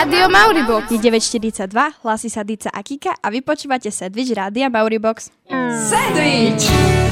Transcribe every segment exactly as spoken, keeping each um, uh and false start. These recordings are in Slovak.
Rádio Mauribox. Je deväť štyridsaťdva, hlási sa Dica a Kika a vy počúvate Sandwich Rádia Mauribox. Sandwich!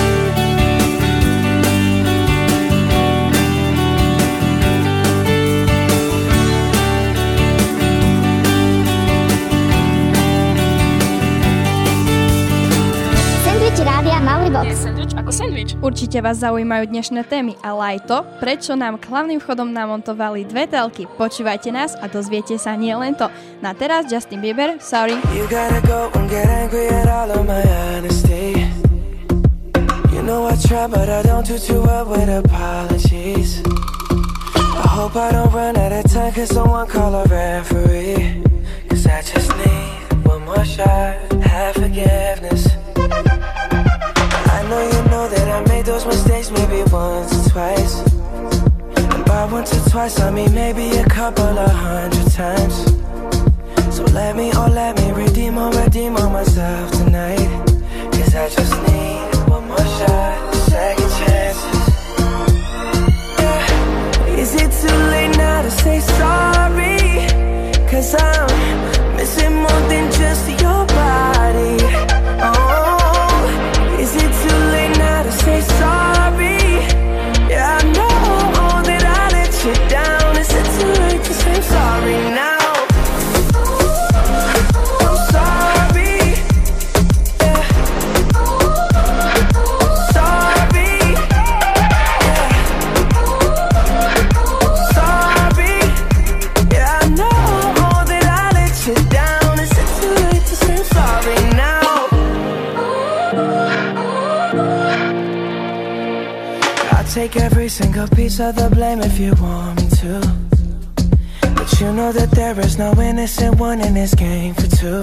Rádia Mauribox. Je sandwich ako sandwich. Určite vás zaujímajú dnešné témy, ale aj to, prečo nám k hlavným vchodom namontovali dve telky. Počúvajte nás a dozviete sa nie len to. Na teraz Justin Bieber, Sorry. You gotta go and get angry at all of my honesty. You know I try but I don't do too well with apologies. I hope I don't run out of time, cause someone call a referee. Cause I just need one more shot, have forgiveness. I know you know that I made those mistakes maybe once or twice. And by once or twice I mean maybe a couple of hundred times. So let me, oh let me redeem or redeem on myself tonight. Cause I just need one more shot, second chances. Yeah. Is it too late now to say sorry? Cause I'm missing more than just your body. Oh, is it too late now to say sorry? Yeah, I know that I let you down. Is it too late to say sorry now? I'm sorry. Yeah. Sorry. Yeah. Sorry. Yeah, I know that I let you down. Is it too late to say sorry now? Take every single piece of the blame if you want me to. But you know that there is no innocent one in this game for two.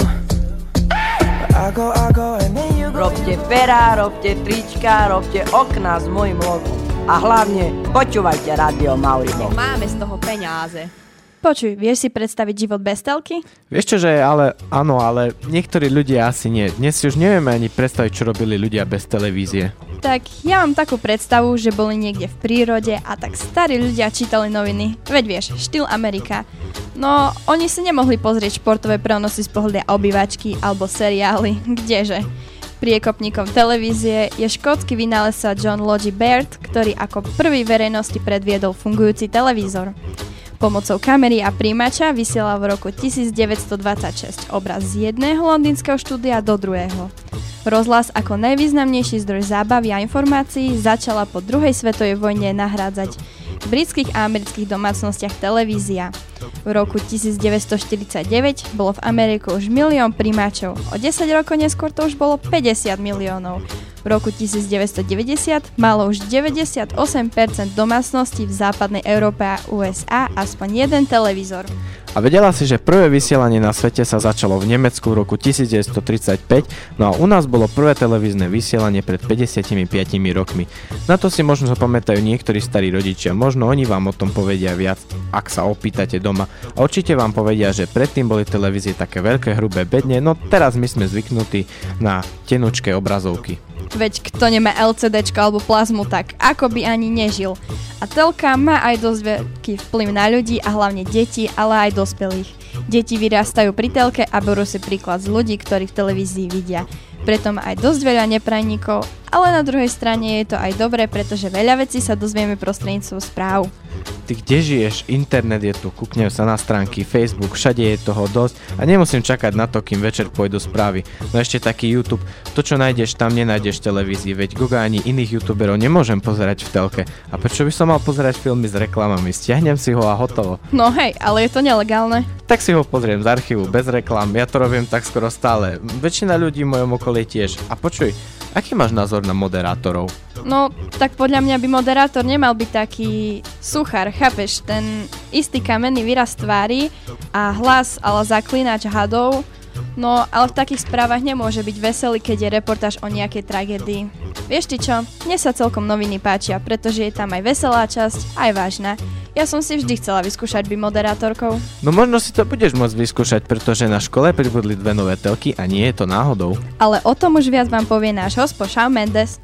But I'll go, I'll go and then you go. Robte perá, robte trička, robte okná s mojím logom. A hlavne počúvajte Rádio Mauribox. Máme z toho peniaze. Počuj, vieš si predstaviť život bez telky? Vieš čo, že ale áno, ale niektorí ľudia asi nie. Dnes si už nevieme ani predstaviť, čo robili ľudia bez televízie. Tak ja mám takú predstavu, že boli niekde v prírode a tak starí ľudia čítali noviny. Veď vieš, štýl Amerika. No, oni si nemohli pozrieť športové prenosy z pohľadia obývačky alebo seriály. Kdeže? Priekopníkom televízie je škótsky vynálezca John Logie Baird, ktorý ako prvý verejnosti predviedol fungujúci televízor. Pomocou kamery a príjimača vysielal v roku devätnásťstodvadsaťšesť obraz z jedného londýnskeho štúdia do druhého. Rozhlas ako najvýznamnejší zdroj zábavy a informácií začala po druhej svetovej vojne nahrádzať v britských a amerických domácnostiach televízia. V roku devätnásťstoštyridsaťdeväť bolo v Amerike už milión príjimačov, o desať rokov neskôr to už bolo päťdesiat miliónov. V roku devätnásťstodeväťdesiat malo už deväťdesiatosem percent domácností v západnej Európe a ú es á aspoň jeden televízor. A vedela si, že prvé vysielanie na svete sa začalo v Nemecku v roku devätnásťstotridsaťpäť, no a u nás bolo prvé televízne vysielanie pred päťdesiatpäť rokmi. Na to si možno zapamätajú niektorí starí rodičia, možno oni vám o tom povedia viac, ak sa opýtate doma. A určite vám povedia, že predtým boli televízie také veľké, hrubé bedne, no teraz my sme zvyknutí na tenučké obrazovky. Veď kto nemá el cé déčko alebo plazmu, tak ako by ani nežil. A telka má aj dosť veľký vplyv na ľudí a hlavne deti, ale aj dospelých. Deti vyrastajú pri telke a berú si príklad z ľudí, ktorí v televízii vidia. Preto má aj dosť veľa neprajníkov, ale na druhej strane je to aj dobré, pretože veľa vecí sa dozvieme prostredníctvom správ. Ty kde žiješ? Internet je tu, kúknem sa na stránky, Facebook, všade je toho dosť a nemusím čakať na to, kým večer pôjdu správy. No ešte taký YouTube, to čo nájdeš tam nenájdeš v televízii, veď Goga ani iných youtuberov nemôžem pozerať v telke. A prečo by som mal pozerať filmy s reklamami? Stiahnem si ho a hotovo. No hej, ale je to nelegálne. Tak si ho pozriem z archívu, bez reklám, ja to robím tak skoro stále. Väčšina ľudí v mojom okolí tiež. A počuj, aký máš názor na moderátorov? No, tak podľa mňa by moderátor nemal byť taký suchár, chápeš? Ten istý kamenný výraz tvári a hlas ale zaklínač hadov. No, ale v takých správach nemôže byť veselý, keď je reportáž o nejakej tragédii. Vieš ty čo? Mne sa celkom noviny páčia, pretože je tam aj veselá časť, aj vážna. Ja som si vždy chcela vyskúšať byť moderátorkou. No možno si to budeš môcť vyskúšať, pretože na škole pribudli dve nové telky a nie je to náhodou. Ale o tom už viac vám povie náš hospo Shawn Mendes.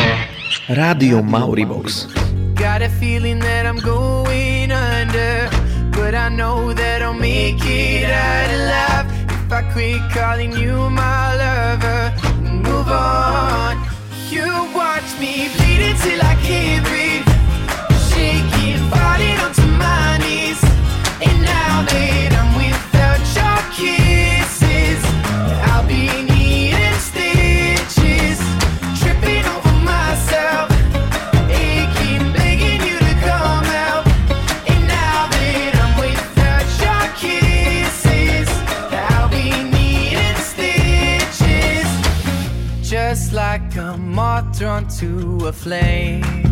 Rádio Mauribox. Got a feeling that I'm going under. but I know that I'll make it out alive if I quit calling you my lover and move on. You watch me bleed until I can't breathe, shaking, falling onto my knees. And now that I'm without your kisses, I'll be needing stitches, tripping over myself, aching, begging you to come out. And now that I'm without your kisses, I'll be needing stitches, just like a moth drawn to a flame.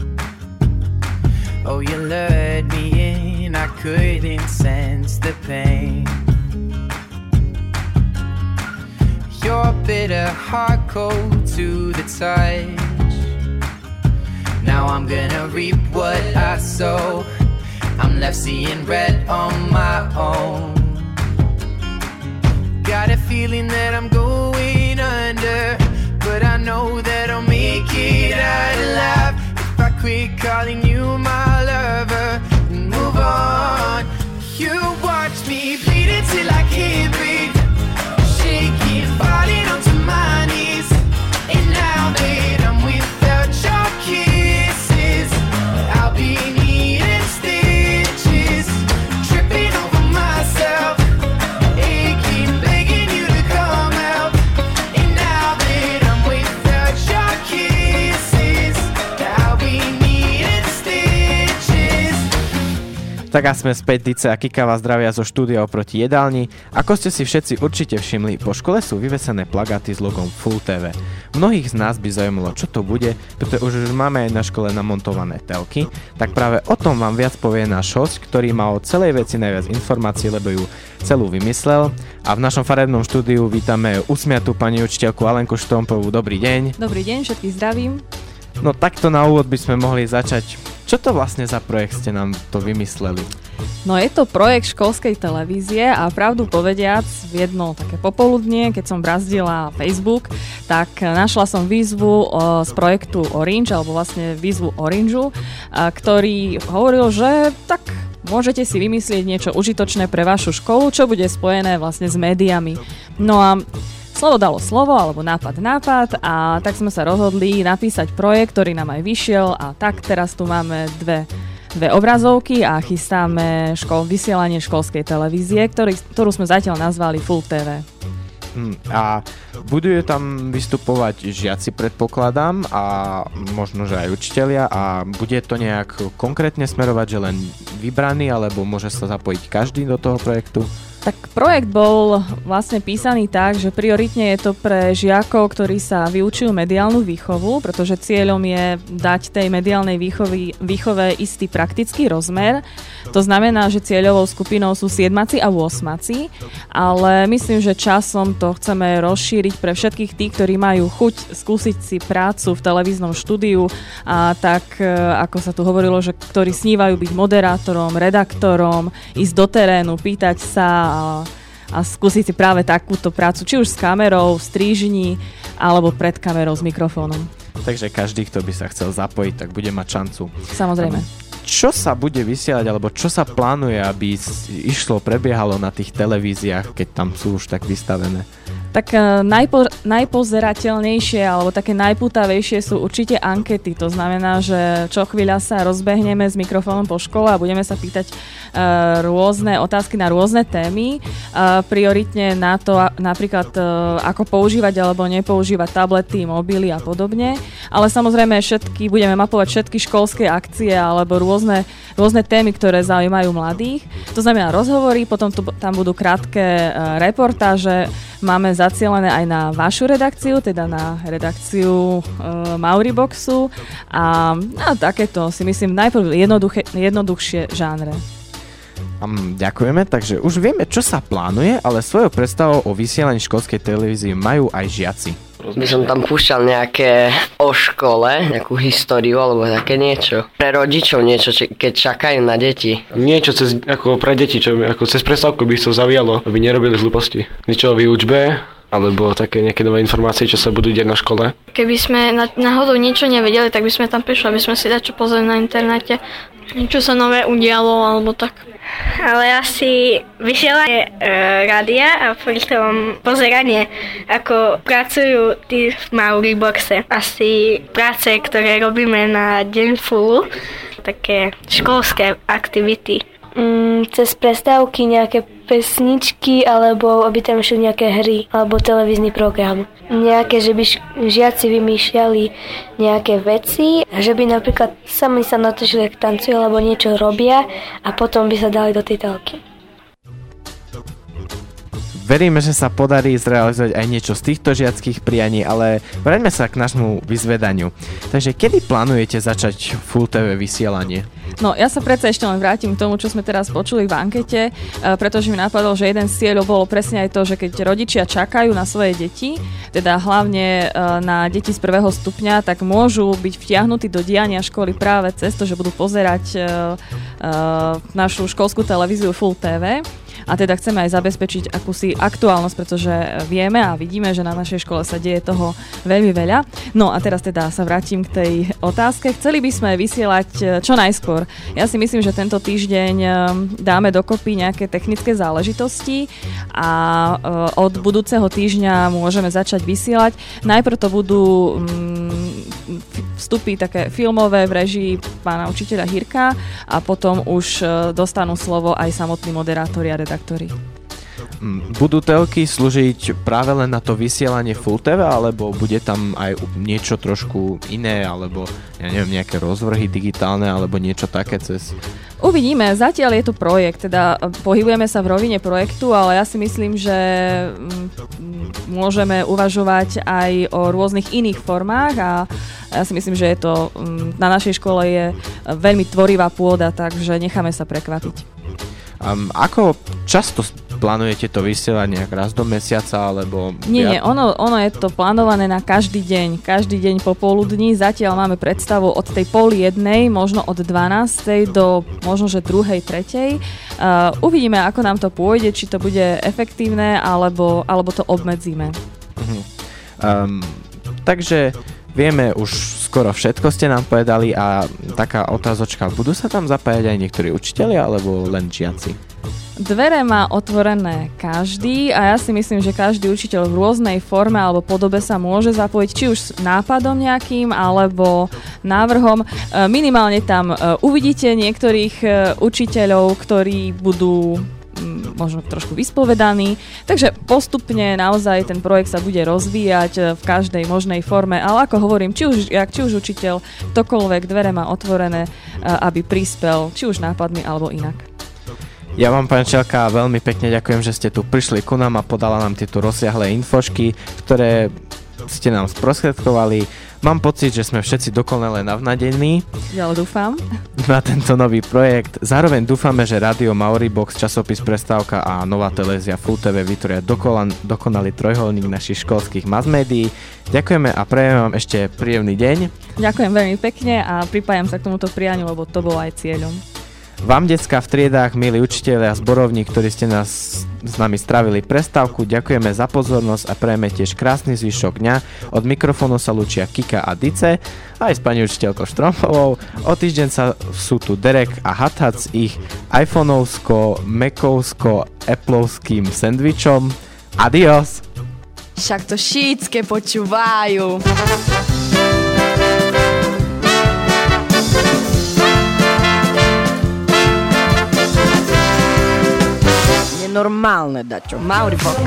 Oh, you lured me in, I couldn't sense the pain. Your bitter heart cold to the touch. Now I'm gonna reap what I sow. I'm left seeing red on my own. Got a feeling that I'm going under, but I know that I'll make it out alive if I quit calling you my lover and move on. You watch me bleed until I can't breathe, shaking, falling onto my knees. And now that I'm without your kisses, I'll be needing stitches, tripping over myself, aching, begging you to come out. And now that I'm without your kisses, I'll be needing stitches. Tak a sme späť, Dice a Kika vás zdravia zo štúdia oproti jedálni. Ako ste si všetci určite všimli, po škole sú vyvesené plagáty s logom Full té vé. Mnohých z nás by zaujímalo, čo to bude, pretože už máme aj na škole namontované telky, tak práve o tom vám viac povie náš host, ktorý má o celej veci najviac informácií, lebo ju celú vymyslel. A v našom farebnom štúdiu vítame usmiatú pani učiteľku Alenku Štompovú. Dobrý deň. Dobrý deň, všetkých zdravím. No takto na úvod by sme mohli začať. Čo to vlastne za projekt ste nám to vymysleli? No je to projekt školskej televízie a pravdu povediac v jedno také popoludnie, keď som brazdila Facebook, tak našla som výzvu o, z projektu Orange, alebo vlastne výzvu Orangeu, a, ktorý hovoril, že tak môžete si vymyslieť niečo užitočné pre vašu školu, čo bude spojené vlastne s médiami. No a slovo dalo slovo, alebo nápad nápad a tak sme sa rozhodli napísať projekt, ktorý nám aj vyšiel a tak teraz tu máme dve, dve obrazovky a chystáme škol, vysielanie školskej televízie, ktorý, ktorú sme zatiaľ nazvali Full té vé. Hmm, a budú tam vystupovať žiaci, predpokladám, a možno, že aj učitelia, a bude to nejak konkrétne smerovať, že len vybraný, alebo môže sa zapojiť každý do toho projektu? Tak projekt bol vlastne písaný tak, že prioritne je to pre žiakov, ktorí sa vyučujú mediálnu výchovu, pretože cieľom je dať tej mediálnej výchovy, výchove istý praktický rozmer. To znamená, že cieľovou skupinou sú siedmaci a ôsmaci, ale myslím, že časom to chceme rozšíriť pre všetkých tých, ktorí majú chuť skúsiť si prácu v televíznom štúdiu a tak, ako sa tu hovorilo, že ktorí snívajú byť moderátorom, redaktorom, ísť do terénu, pýtať sa a, a skúsiť si práve takúto prácu, či už s kamerou, v strížni, alebo pred kamerou s mikrofónom. Takže každý, kto by sa chcel zapojiť, tak bude mať šancu. Samozrejme. Čo sa bude vysielať, alebo čo sa plánuje, aby išlo, prebiehalo na tých televíziách, keď tam sú už tak vystavené? Tak najpo, najpozerateľnejšie alebo také najpútavejšie sú určite ankety. To znamená, že čo chvíľa sa rozbehneme s mikrofónom po škole a budeme sa pýtať uh, rôzne otázky na rôzne témy. Uh, prioritne na to napríklad uh, ako používať alebo nepoužívať tablety, mobily a podobne. Ale samozrejme všetky, budeme mapovať všetky školské akcie alebo rôzne, rôzne témy, ktoré zaujímajú mladých. To znamená rozhovory, potom tu, tam budú krátke uh, reportáže. Máme zacielené aj na vašu redakciu, teda na redakciu e, Mauriboxu a, a takéto si myslím najprv jednoduchšie žánre. Um, ďakujeme, takže už vieme, čo sa plánuje, ale svojou predstavou o vysielaní školskej televízie majú aj žiaci. By som tam púšťal nejaké o škole, nejakú históriu alebo také niečo. Pre rodičov niečo, či, keď čakajú na deti. Niečo cez, ako pre deti, čo ako cez prestávku by sa zavialo, aby nerobili hlúposti. Niečo o výučbe, alebo také nejaké nové informácie, čo sa budú diať na škole? Keby sme na, náhodou niečo nevedeli, tak by sme tam prišli, aby sme si dačo pozreli na internete, čo sa nové udialo, alebo tak. Ale asi vysielanie e, rádia a potom pozeranie, ako pracujú tí v Mauriboxe. Asi práce, ktoré robíme na deň fulu, také školské aktivity. Mm, cez prestávky nejaké pesničky, alebo aby tam išli nejaké hry, alebo televízny program. Nejaké, že by žiaci vymýšľali nejaké veci, že by napríklad sami sa natočili, ak tancujú, alebo niečo robia a potom by sa dali do tej telky. Veríme, že sa podarí zrealizovať aj niečo z týchto žiackých prianí, ale vráťme sa k nášmu vyzvedaniu. Takže kedy plánujete začať Full té vé vysielanie? No, ja sa predsa ešte len vrátim k tomu, čo sme teraz počuli v ankete, pretože mi napadlo, že jeden z cieľov bolo presne aj to, že keď rodičia čakajú na svoje deti, teda hlavne na deti z prvého stupňa, tak môžu byť vtiahnutí do diania školy práve cez to, že budú pozerať našu školskú televíziu Full té vé. A teda chceme aj zabezpečiť akúsi aktuálnosť, pretože vieme a vidíme, že na našej škole sa deje toho veľmi veľa. No a teraz teda sa vrátim k tej otázke. Chceli by sme vysielať čo najskôr. Ja si myslím, že tento týždeň dáme dokopy nejaké technické záležitosti a od budúceho týždňa môžeme začať vysielať. Najprv to budú vstupy také filmové v režii pána učiteľa Hirka a potom už dostanú slovo aj samotní moderátori a redaktori. Budú telky slúžiť práve len na to vysielanie Full té vé, alebo bude tam aj niečo trošku iné, alebo ja neviem, nejaké rozvrhy digitálne, alebo niečo také cez... Uvidíme, zatiaľ je tu projekt, teda pohybujeme sa v rovine projektu, ale ja si myslím, že môžeme uvažovať aj o rôznych iných formách a ja si myslím, že je to na našej škole je veľmi tvorivá pôda, takže necháme sa prekvapiť. Um, ako často plánujete to vysielať, nejak raz do mesiaca, alebo... Nie, nie, ono, ono je to plánované na každý deň, každý deň popoludní, zatiaľ máme predstavu od tej pol jednej, možno od dvanástej do možno, že druhej, tretej. Uh, uvidíme, ako nám to pôjde, či to bude efektívne, alebo, alebo to obmedzíme. Uh-huh. Um, takže... Vieme, už skoro všetko ste nám povedali a taká otázočka, budú sa tam zapájať aj niektorí učitelia alebo len žiaci? Dvere má otvorené každý a ja si myslím, že každý učiteľ v rôznej forme alebo podobe sa môže zapojiť, či už s nápadom nejakým alebo návrhom. Minimálne tam uvidíte niektorých učiteľov, ktorí budú možno trošku vyspovedaný. Takže postupne naozaj ten projekt sa bude rozvíjať v každej možnej forme, ale ako hovorím, či už, či už učiteľ, ktokoľvek, dvere má otvorené, aby prispel, či už nápadmi alebo inak. Ja vám, pán Čelka, veľmi pekne ďakujem, že ste tu prišli ku nám a podala nám tieto rozsiahle infošky, ktoré ste nám sprostredkovali. Mám pocit, že sme všetci dokonale navnadení. Ja dúfam. Na tento nový projekt. Zároveň dúfame, že Rádio Mauribox, časopis Prestávka a nová televízia Full té vé vytvoria dokolan, dokonalý trojholník našich školských mass médií. Ďakujeme a prajem vám ešte príjemný deň. Ďakujem veľmi pekne a pripájam sa k tomuto prianiu, lebo to bolo aj cieľom. Vám, decká v triedách, milí učitelia a zborovní, ktorí ste nás s nami strávili prestávku, ďakujeme za pozornosť a prejeme tiež krásny zvyšok dňa. Od mikrofónu sa lúčia Kika a Dice, aj s pani učiteľkou Štrompovou. O týždeň sa sú tu Derek a Hathat s ich iPhoneovsko, Macovsko, Appleovským sendvičom. Adios! Však to šítske počúvajú. Normálne, dačo. Mauribox.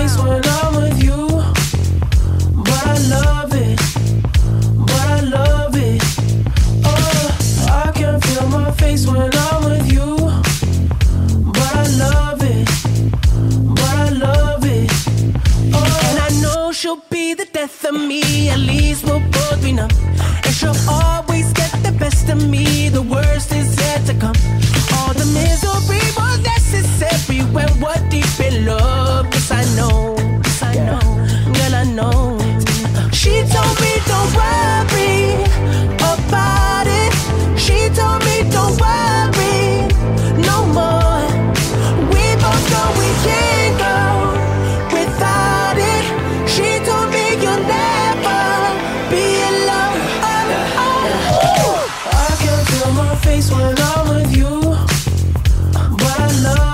She'll be the death of me, at least we'll both be numb. And she'll always get the best of me, the worst is yet to come. All the misery was necessary when we're deep in love. Yes, I know, yes, I know, girl, I know. She told me don't worry about it. She told me don't worry no more. We both know we can't go without it. love.